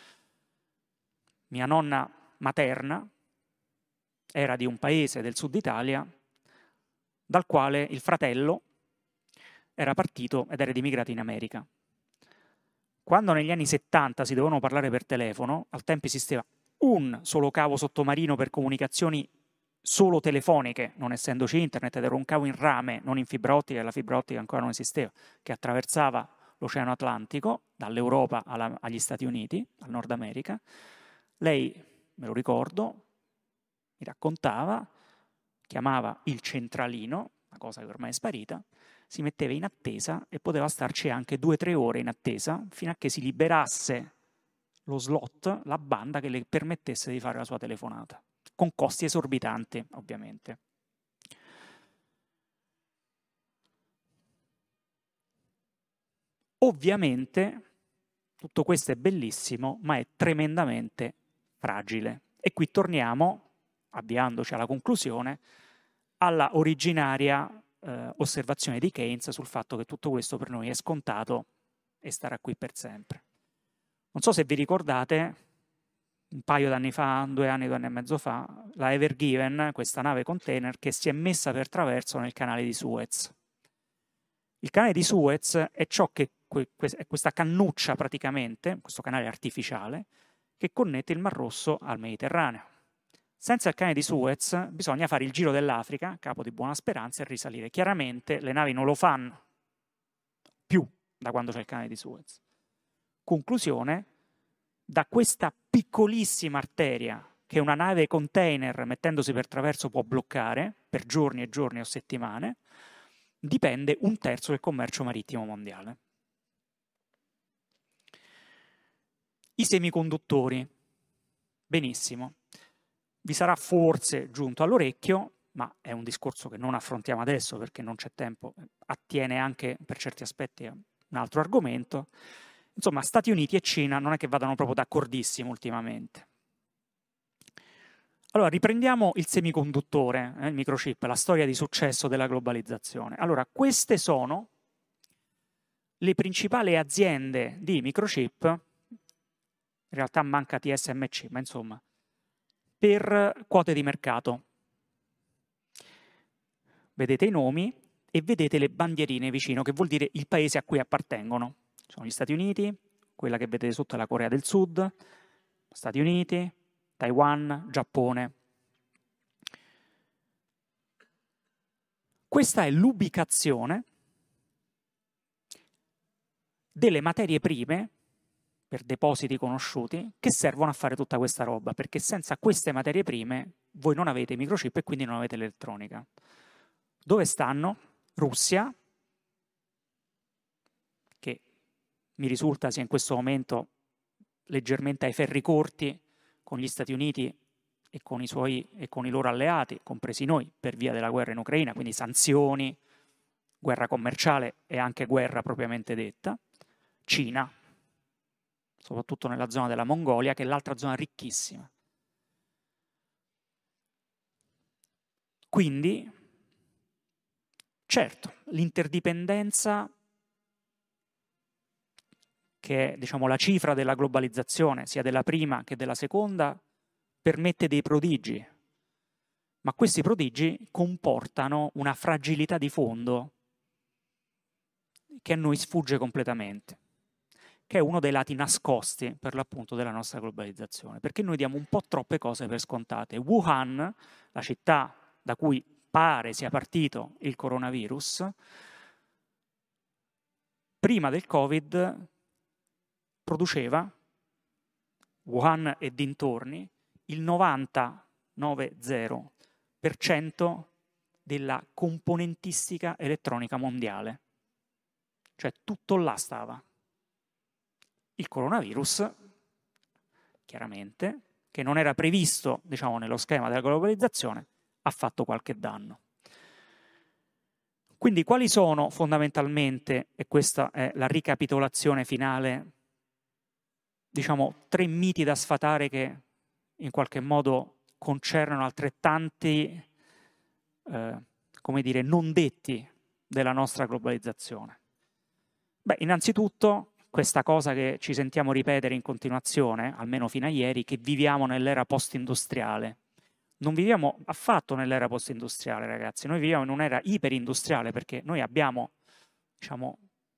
mia nonna materna era di un paese del sud Italia dal quale il fratello era partito ed era emigrato in America. Quando negli anni settanta si dovevano parlare per telefono, al tempo esisteva un solo cavo sottomarino per comunicazioni solo telefoniche, non essendoci internet, ed era un cavo in rame, non in fibra ottica, e la fibra ottica ancora non esisteva, che attraversava l'Oceano Atlantico, dall'Europa agli Stati Uniti, al Nord America. Lei, me lo ricordo, mi raccontava, chiamava il centralino, una cosa che ormai è sparita, si metteva in attesa e poteva starci anche due o tre ore in attesa fino a che si liberasse lo slot, la banda che le permettesse di fare la sua telefonata, con costi esorbitanti, ovviamente. Ovviamente tutto questo è bellissimo, ma è tremendamente fragile. E qui torniamo, avviandoci alla conclusione, alla originaria eh, osservazione di Keynes sul fatto che tutto questo per noi è scontato e starà qui per sempre. Non so se vi ricordate, un paio d'anni fa, due anni, due anni e mezzo fa, la Ever Given, questa nave container che si è messa per traverso nel canale di Suez. Il canale di Suez è ciò che è questa cannuccia praticamente, questo canale artificiale, che connette il Mar Rosso al Mediterraneo. Senza il canale di Suez bisogna fare il giro dell'Africa, Capo di Buona Speranza, e risalire. Chiaramente le navi non lo fanno più da quando c'è il canale di Suez. Conclusione, da questa piccolissima arteria che una nave container mettendosi per traverso può bloccare per giorni e giorni o settimane, dipende un terzo del commercio marittimo mondiale. I semiconduttori, benissimo, vi sarà forse giunto all'orecchio, ma è un discorso che non affrontiamo adesso perché non c'è tempo, attiene anche per certi aspetti a un altro argomento. Insomma, Stati Uniti e Cina non è che vadano proprio d'accordissimo ultimamente. Allora, riprendiamo il semiconduttore, eh, il microchip, la storia di successo della globalizzazione. Allora, queste sono le principali aziende di microchip, in realtà manca T S M C, ma insomma, per quote di mercato. Vedete i nomi e vedete le bandierine vicino, che vuol dire il paese a cui appartengono. Sono gli Stati Uniti, quella che vedete sotto è la Corea del Sud, Stati Uniti, Taiwan, Giappone. Questa è l'ubicazione delle materie prime per depositi conosciuti che servono a fare tutta questa roba, perché senza queste materie prime voi non avete microchip e quindi non avete l'elettronica. Dove stanno? Russia, che mi risulta sia in questo momento leggermente ai ferri corti con gli Stati Uniti e con i suoi e con i loro alleati, compresi noi, per via della guerra in Ucraina, quindi sanzioni, guerra commerciale e anche guerra propriamente detta. Cina, soprattutto nella zona della Mongolia, che è l'altra zona ricchissima. Quindi, certo, l'interdipendenza, che è, diciamo, la cifra della globalizzazione, sia della prima che della seconda, permette dei prodigi, ma questi prodigi comportano una fragilità di fondo che a noi sfugge completamente, che è uno dei lati nascosti, per l'appunto, della nostra globalizzazione, perché noi diamo un po' troppe cose per scontate. Wuhan, la città da cui pare sia partito il coronavirus, prima del Covid produceva, Wuhan e dintorni, il novantanove zero per cento della componentistica elettronica mondiale. Cioè tutto là stava. Il coronavirus, chiaramente, che non era previsto, diciamo, nello schema della globalizzazione, ha fatto qualche danno. Quindi quali sono fondamentalmente, e questa è la ricapitolazione finale, diciamo, tre miti da sfatare che in qualche modo concernono altrettanti, eh, come dire, non detti della nostra globalizzazione? Beh, innanzitutto questa cosa che ci sentiamo ripetere in continuazione, almeno fino a ieri, che viviamo nell'era post-industriale. Non viviamo affatto nell'era post-industriale, ragazzi, noi viviamo in un'era iperindustriale, perché noi abbiamo, diciamo,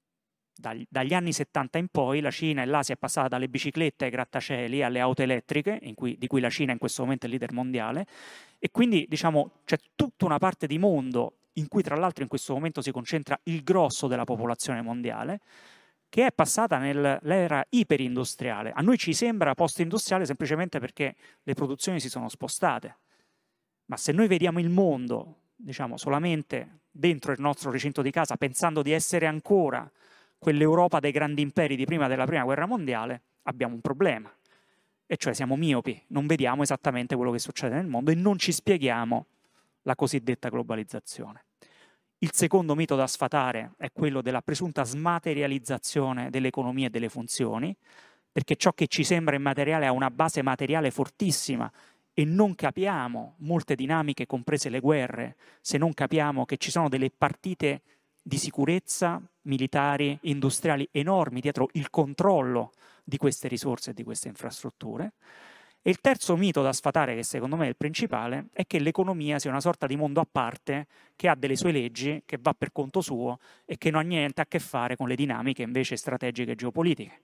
dagli, dagli anni settanta in poi la Cina e l'Asia è passata dalle biciclette ai grattacieli, alle auto elettriche, in cui, di cui la Cina in questo momento è il leader mondiale, e quindi, diciamo, c'è tutta una parte di mondo in cui tra l'altro in questo momento si concentra il grosso della popolazione mondiale, che è passata nell'era iperindustriale. A noi ci sembra post-industriale semplicemente perché le produzioni si sono spostate. Ma se noi vediamo il mondo, diciamo, solamente dentro il nostro recinto di casa, pensando di essere ancora quell'Europa dei grandi imperi di prima della Prima Guerra Mondiale, abbiamo un problema. E cioè siamo miopi, non vediamo esattamente quello che succede nel mondo e non ci spieghiamo la cosiddetta globalizzazione. Il secondo mito da sfatare è quello della presunta smaterializzazione dell'economia e delle funzioni, perché ciò che ci sembra immateriale ha una base materiale fortissima e non capiamo molte dinamiche, comprese le guerre, se non capiamo che ci sono delle partite di sicurezza militari, industriali enormi dietro il controllo di queste risorse e di queste infrastrutture. E il terzo mito da sfatare, che secondo me è il principale, è che l'economia sia una sorta di mondo a parte che ha delle sue leggi, che va per conto suo e che non ha niente a che fare con le dinamiche invece strategiche e geopolitiche.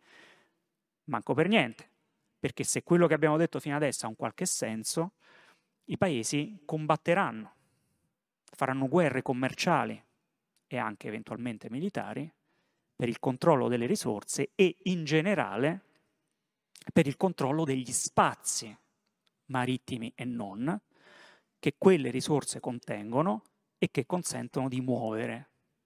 Manco per niente, perché se quello che abbiamo detto fino adesso ha un qualche senso, i paesi combatteranno, faranno guerre commerciali e anche eventualmente militari per il controllo delle risorse e in generale per il controllo degli spazi marittimi e non, che quelle risorse contengono e che consentono di muovere.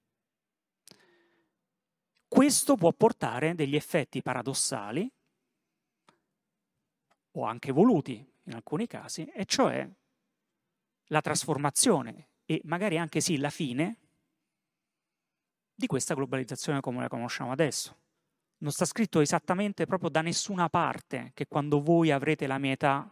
Questo può portare degli effetti paradossali, o anche voluti in alcuni casi, e cioè la trasformazione e magari anche sì la fine di questa globalizzazione come la conosciamo adesso. Non sta scritto esattamente proprio da nessuna parte che quando voi avrete la mia età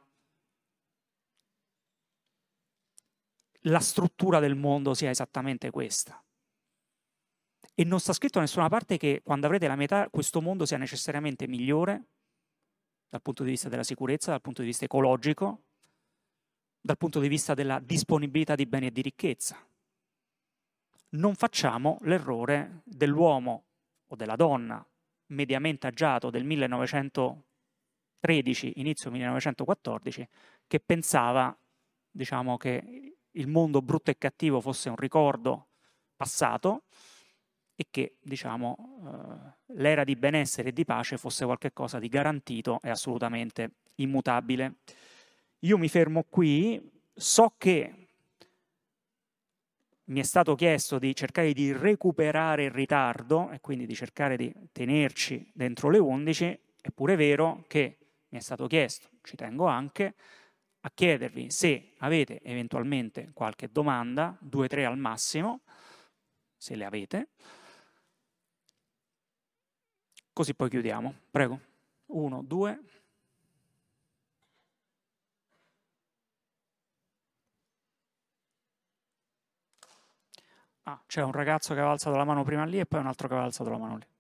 la struttura del mondo sia esattamente questa. E non sta scritto da nessuna parte che quando avrete la mia età questo mondo sia necessariamente migliore dal punto di vista della sicurezza, dal punto di vista ecologico, dal punto di vista della disponibilità di beni e di ricchezza. Non facciamo l'errore dell'uomo o della donna mediamente agiato del millenovecentotredici, inizio millenovecentoquattordici, che pensava, diciamo, che il mondo brutto e cattivo fosse un ricordo passato e che, diciamo, eh, l'era di benessere e di pace fosse qualcosa di garantito e assolutamente immutabile. Io mi fermo qui, so che mi è stato chiesto di cercare di recuperare il ritardo e quindi di cercare di tenerci dentro le undici, è pure vero che mi è stato chiesto, ci tengo anche, a chiedervi se avete eventualmente qualche domanda, due o tre al massimo, se le avete. Così poi chiudiamo. Prego. Uno, due. Ah, c'è un ragazzo che aveva alzato la mano prima lì e poi un altro che aveva alzato la mano lì.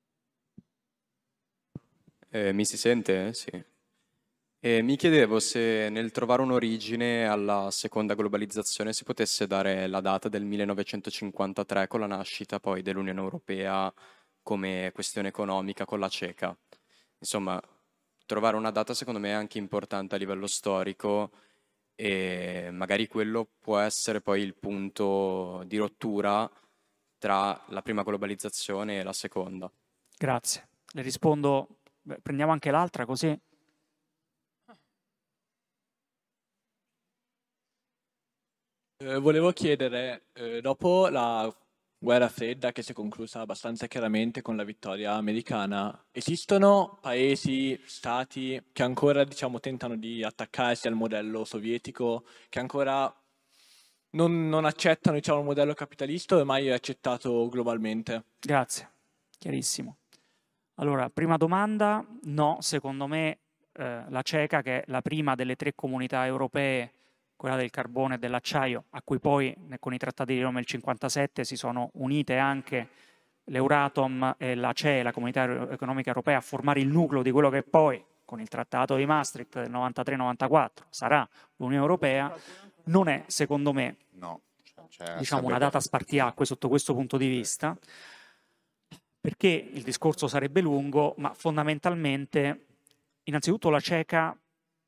Eh, mi si sente? Sì. E mi chiedevo se nel trovare un'origine alla seconda globalizzazione si potesse dare la data del millenovecentocinquantatré con la nascita poi dell'Unione Europea come questione economica con la CECA. Insomma, trovare una data secondo me è anche importante a livello storico e magari quello può essere poi il punto di rottura tra la prima globalizzazione e la seconda. Grazie. Le rispondo, beh, prendiamo anche l'altra così. Eh, volevo chiedere, eh, dopo la guerra fredda che si è conclusa abbastanza chiaramente con la vittoria americana, esistono paesi, stati che ancora, diciamo, tentano di attaccarsi al modello sovietico, che ancora non, non accettano, diciamo, il modello capitalista o è mai accettato globalmente? Grazie, chiarissimo. Allora, prima domanda, no, secondo me eh, la CECA, che è la prima delle tre comunità europee, quella del carbone e dell'acciaio, a cui poi con i trattati di Roma del cinquantasette si sono unite anche l'Euratom e la C E, la Comunità Economica Europea, a formare il nucleo di quello che poi, con il trattato di Maastricht del novantatré novantaquattro, sarà l'Unione Europea, non è, secondo me, no, cioè, diciamo, una data spartiacque sotto questo punto di vista, perché il discorso sarebbe lungo, ma fondamentalmente, innanzitutto la CECA,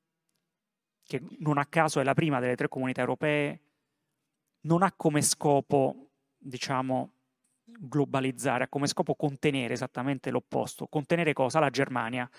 che non a caso è la prima delle tre comunità europee, non ha come scopo, diciamo, globalizzare, ha come scopo contenere esattamente l'opposto. Contenere cosa? La Germania,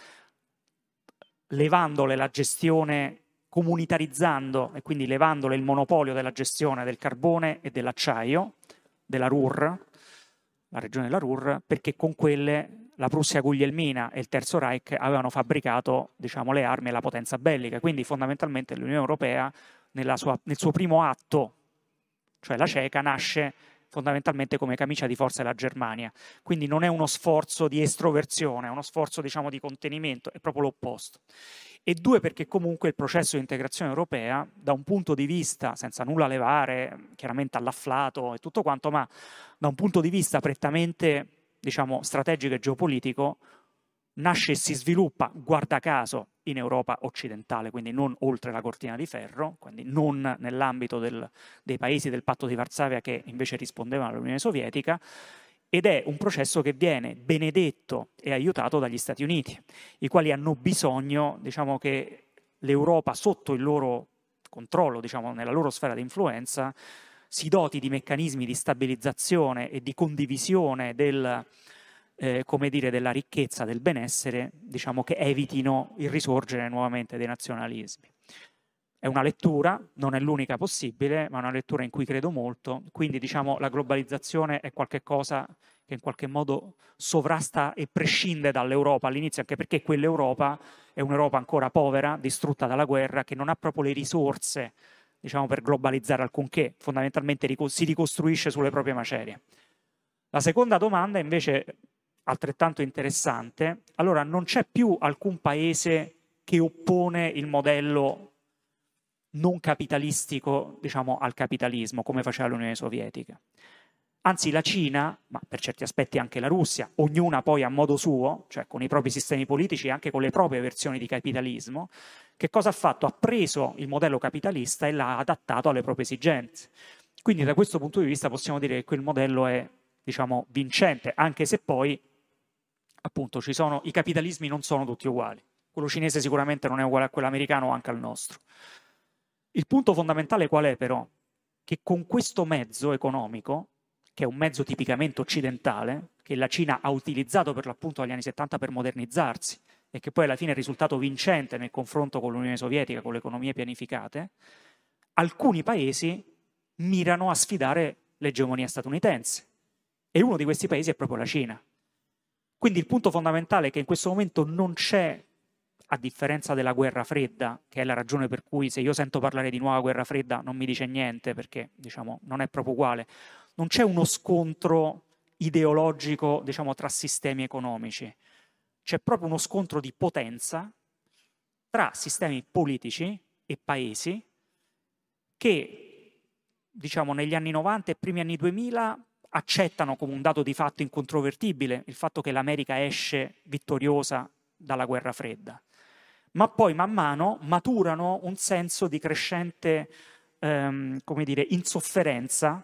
levandole la gestione, comunitarizzando e quindi levandole il monopolio della gestione del carbone e dell'acciaio, della Ruhr, la regione della Ruhr, perché con quelle la Prussia Guglielmina e il Terzo Reich avevano fabbricato, diciamo, le armi e la potenza bellica. Quindi fondamentalmente l'Unione Europea, nella sua, nel suo primo atto, cioè la CECA, nasce fondamentalmente come camicia di forza della Germania. Quindi non è uno sforzo di estroversione, è uno sforzo, diciamo, di contenimento, è proprio l'opposto. E due, perché comunque il processo di integrazione europea, da un punto di vista, senza nulla levare, chiaramente all'afflato e tutto quanto, ma da un punto di vista prettamente, diciamo, strategico e geopolitico, nasce e si sviluppa, guarda caso, in Europa occidentale, quindi non oltre la cortina di ferro, quindi non nell'ambito del, dei paesi del patto di Varsavia che invece rispondevano all'Unione Sovietica, ed è un processo che viene benedetto e aiutato dagli Stati Uniti, i quali hanno bisogno, diciamo, che l'Europa, sotto il loro controllo, diciamo, nella loro sfera di influenza, si doti di meccanismi di stabilizzazione e di condivisione del, eh, come dire, della ricchezza, del benessere, diciamo, che evitino il risorgere nuovamente dei nazionalismi. È una lettura, non è l'unica possibile, ma è una lettura in cui credo molto. Quindi, diciamo, la globalizzazione è qualcosa che in qualche modo sovrasta e prescinde dall'Europa all'inizio, anche perché quell'Europa è un'Europa ancora povera, distrutta dalla guerra, che non ha proprio le risorse, diciamo, per globalizzare alcunché, fondamentalmente si ricostruisce sulle proprie macerie. La seconda domanda invece, altrettanto interessante, allora non c'è più alcun paese che oppone il modello non capitalistico, diciamo, al capitalismo, come faceva l'Unione Sovietica. Anzi, la Cina, ma per certi aspetti anche la Russia, ognuna poi a modo suo, cioè con i propri sistemi politici e anche con le proprie versioni di capitalismo, che cosa ha fatto? Ha preso il modello capitalista e l'ha adattato alle proprie esigenze. Quindi da questo punto di vista possiamo dire che quel modello è, diciamo, vincente, anche se poi, appunto, ci sono, i capitalismi non sono tutti uguali. Quello cinese sicuramente non è uguale a quello americano o anche al nostro. Il punto fondamentale qual è però? Che con questo mezzo economico, che è un mezzo tipicamente occidentale, che la Cina ha utilizzato per l'appunto agli anni settanta per modernizzarsi e che poi alla fine è risultato vincente nel confronto con l'Unione Sovietica, con le economie pianificate, alcuni paesi mirano a sfidare l'egemonia statunitense e uno di questi paesi è proprio la Cina. Quindi il punto fondamentale è che in questo momento non c'è a differenza della guerra fredda, che è la ragione per cui se io sento parlare di nuova guerra fredda non mi dice niente, perché diciamo, non è proprio uguale, non c'è uno scontro ideologico, diciamo, tra sistemi economici, c'è proprio uno scontro di potenza tra sistemi politici e paesi che, diciamo, negli anni novanta e primi anni duemila accettano come un dato di fatto incontrovertibile il fatto che l'America esce vittoriosa dalla guerra fredda, ma poi man mano maturano un senso di crescente, ehm, come dire, insofferenza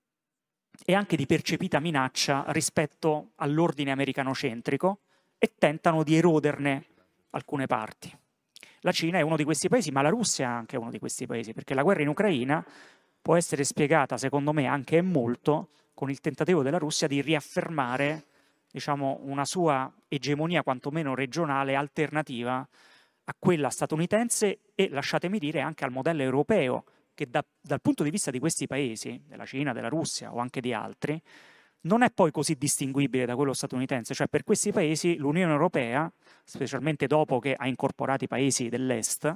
e anche di percepita minaccia rispetto all'ordine americanocentrico e tentano di eroderne alcune parti. La Cina è uno di questi paesi, ma la Russia è anche uno di questi paesi, perché la guerra in Ucraina può essere spiegata, secondo me, anche e molto con il tentativo della Russia di riaffermare, diciamo, una sua egemonia quantomeno regionale alternativa a quella statunitense e, lasciatemi dire, anche al modello europeo, che da, dal punto di vista di questi paesi, della Cina, della Russia o anche di altri, non è poi così distinguibile da quello statunitense. Cioè per questi paesi l'Unione Europea, specialmente dopo che ha incorporato i paesi dell'Est,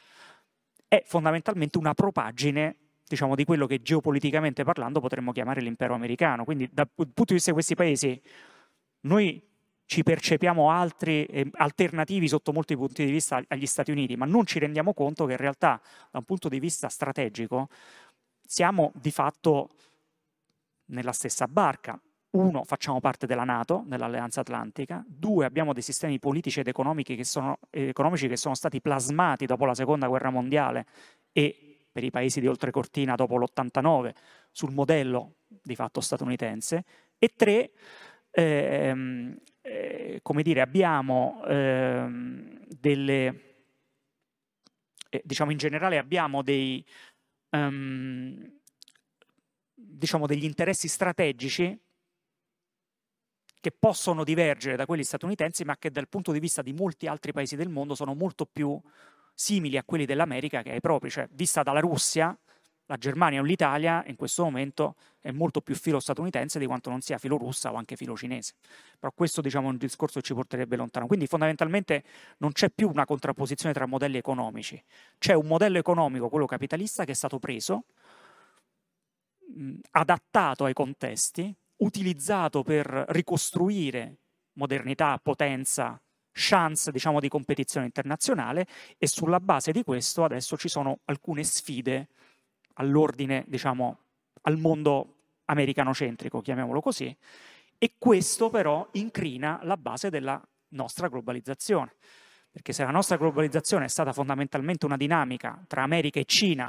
è fondamentalmente una propaggine, diciamo, di quello che geopoliticamente parlando potremmo chiamare l'impero americano. Quindi dal punto di vista di questi paesi noi ci percepiamo altri eh, alternativi sotto molti punti di vista agli Stati Uniti, ma non ci rendiamo conto che in realtà da un punto di vista strategico siamo di fatto nella stessa barca. Uno, facciamo parte della NATO, dell'Alleanza Atlantica. Due, abbiamo dei sistemi politici ed economici che sono, eh, economici che sono stati plasmati dopo la Seconda Guerra Mondiale e per i paesi di oltrecortina dopo l'ottantanove sul modello di fatto statunitense. E tre, ehm, eh, come dire, abbiamo ehm, delle, eh, diciamo in generale abbiamo dei, um, diciamo degli interessi strategici che possono divergere da quelli statunitensi, ma che dal punto di vista di molti altri paesi del mondo sono molto più simili a quelli dell'America che ai propri. Cioè, vista dalla Russia, la Germania o l'Italia in questo momento è molto più filo statunitense di quanto non sia filo russa o anche filo cinese. Però questo, diciamo, è un discorso che ci porterebbe lontano. Quindi fondamentalmente non c'è più una contrapposizione tra modelli economici. C'è un modello economico, quello capitalista, che è stato preso, mh, adattato ai contesti, utilizzato per ricostruire modernità, potenza, chance, diciamo, di competizione internazionale, e sulla base di questo adesso ci sono alcune sfide all'ordine, diciamo, al mondo americanocentrico, chiamiamolo così, e questo però incrina la base della nostra globalizzazione. Perché se la nostra globalizzazione è stata fondamentalmente una dinamica tra America e Cina,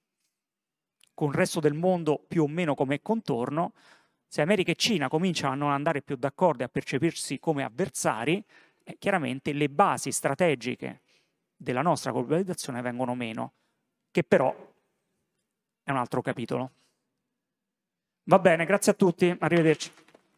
con il resto del mondo più o meno come contorno, se America e Cina cominciano a non andare più d'accordo e a percepirsi come avversari, eh, chiaramente le basi strategiche della nostra globalizzazione vengono meno, che però è un altro capitolo. Va bene, grazie a tutti, arrivederci.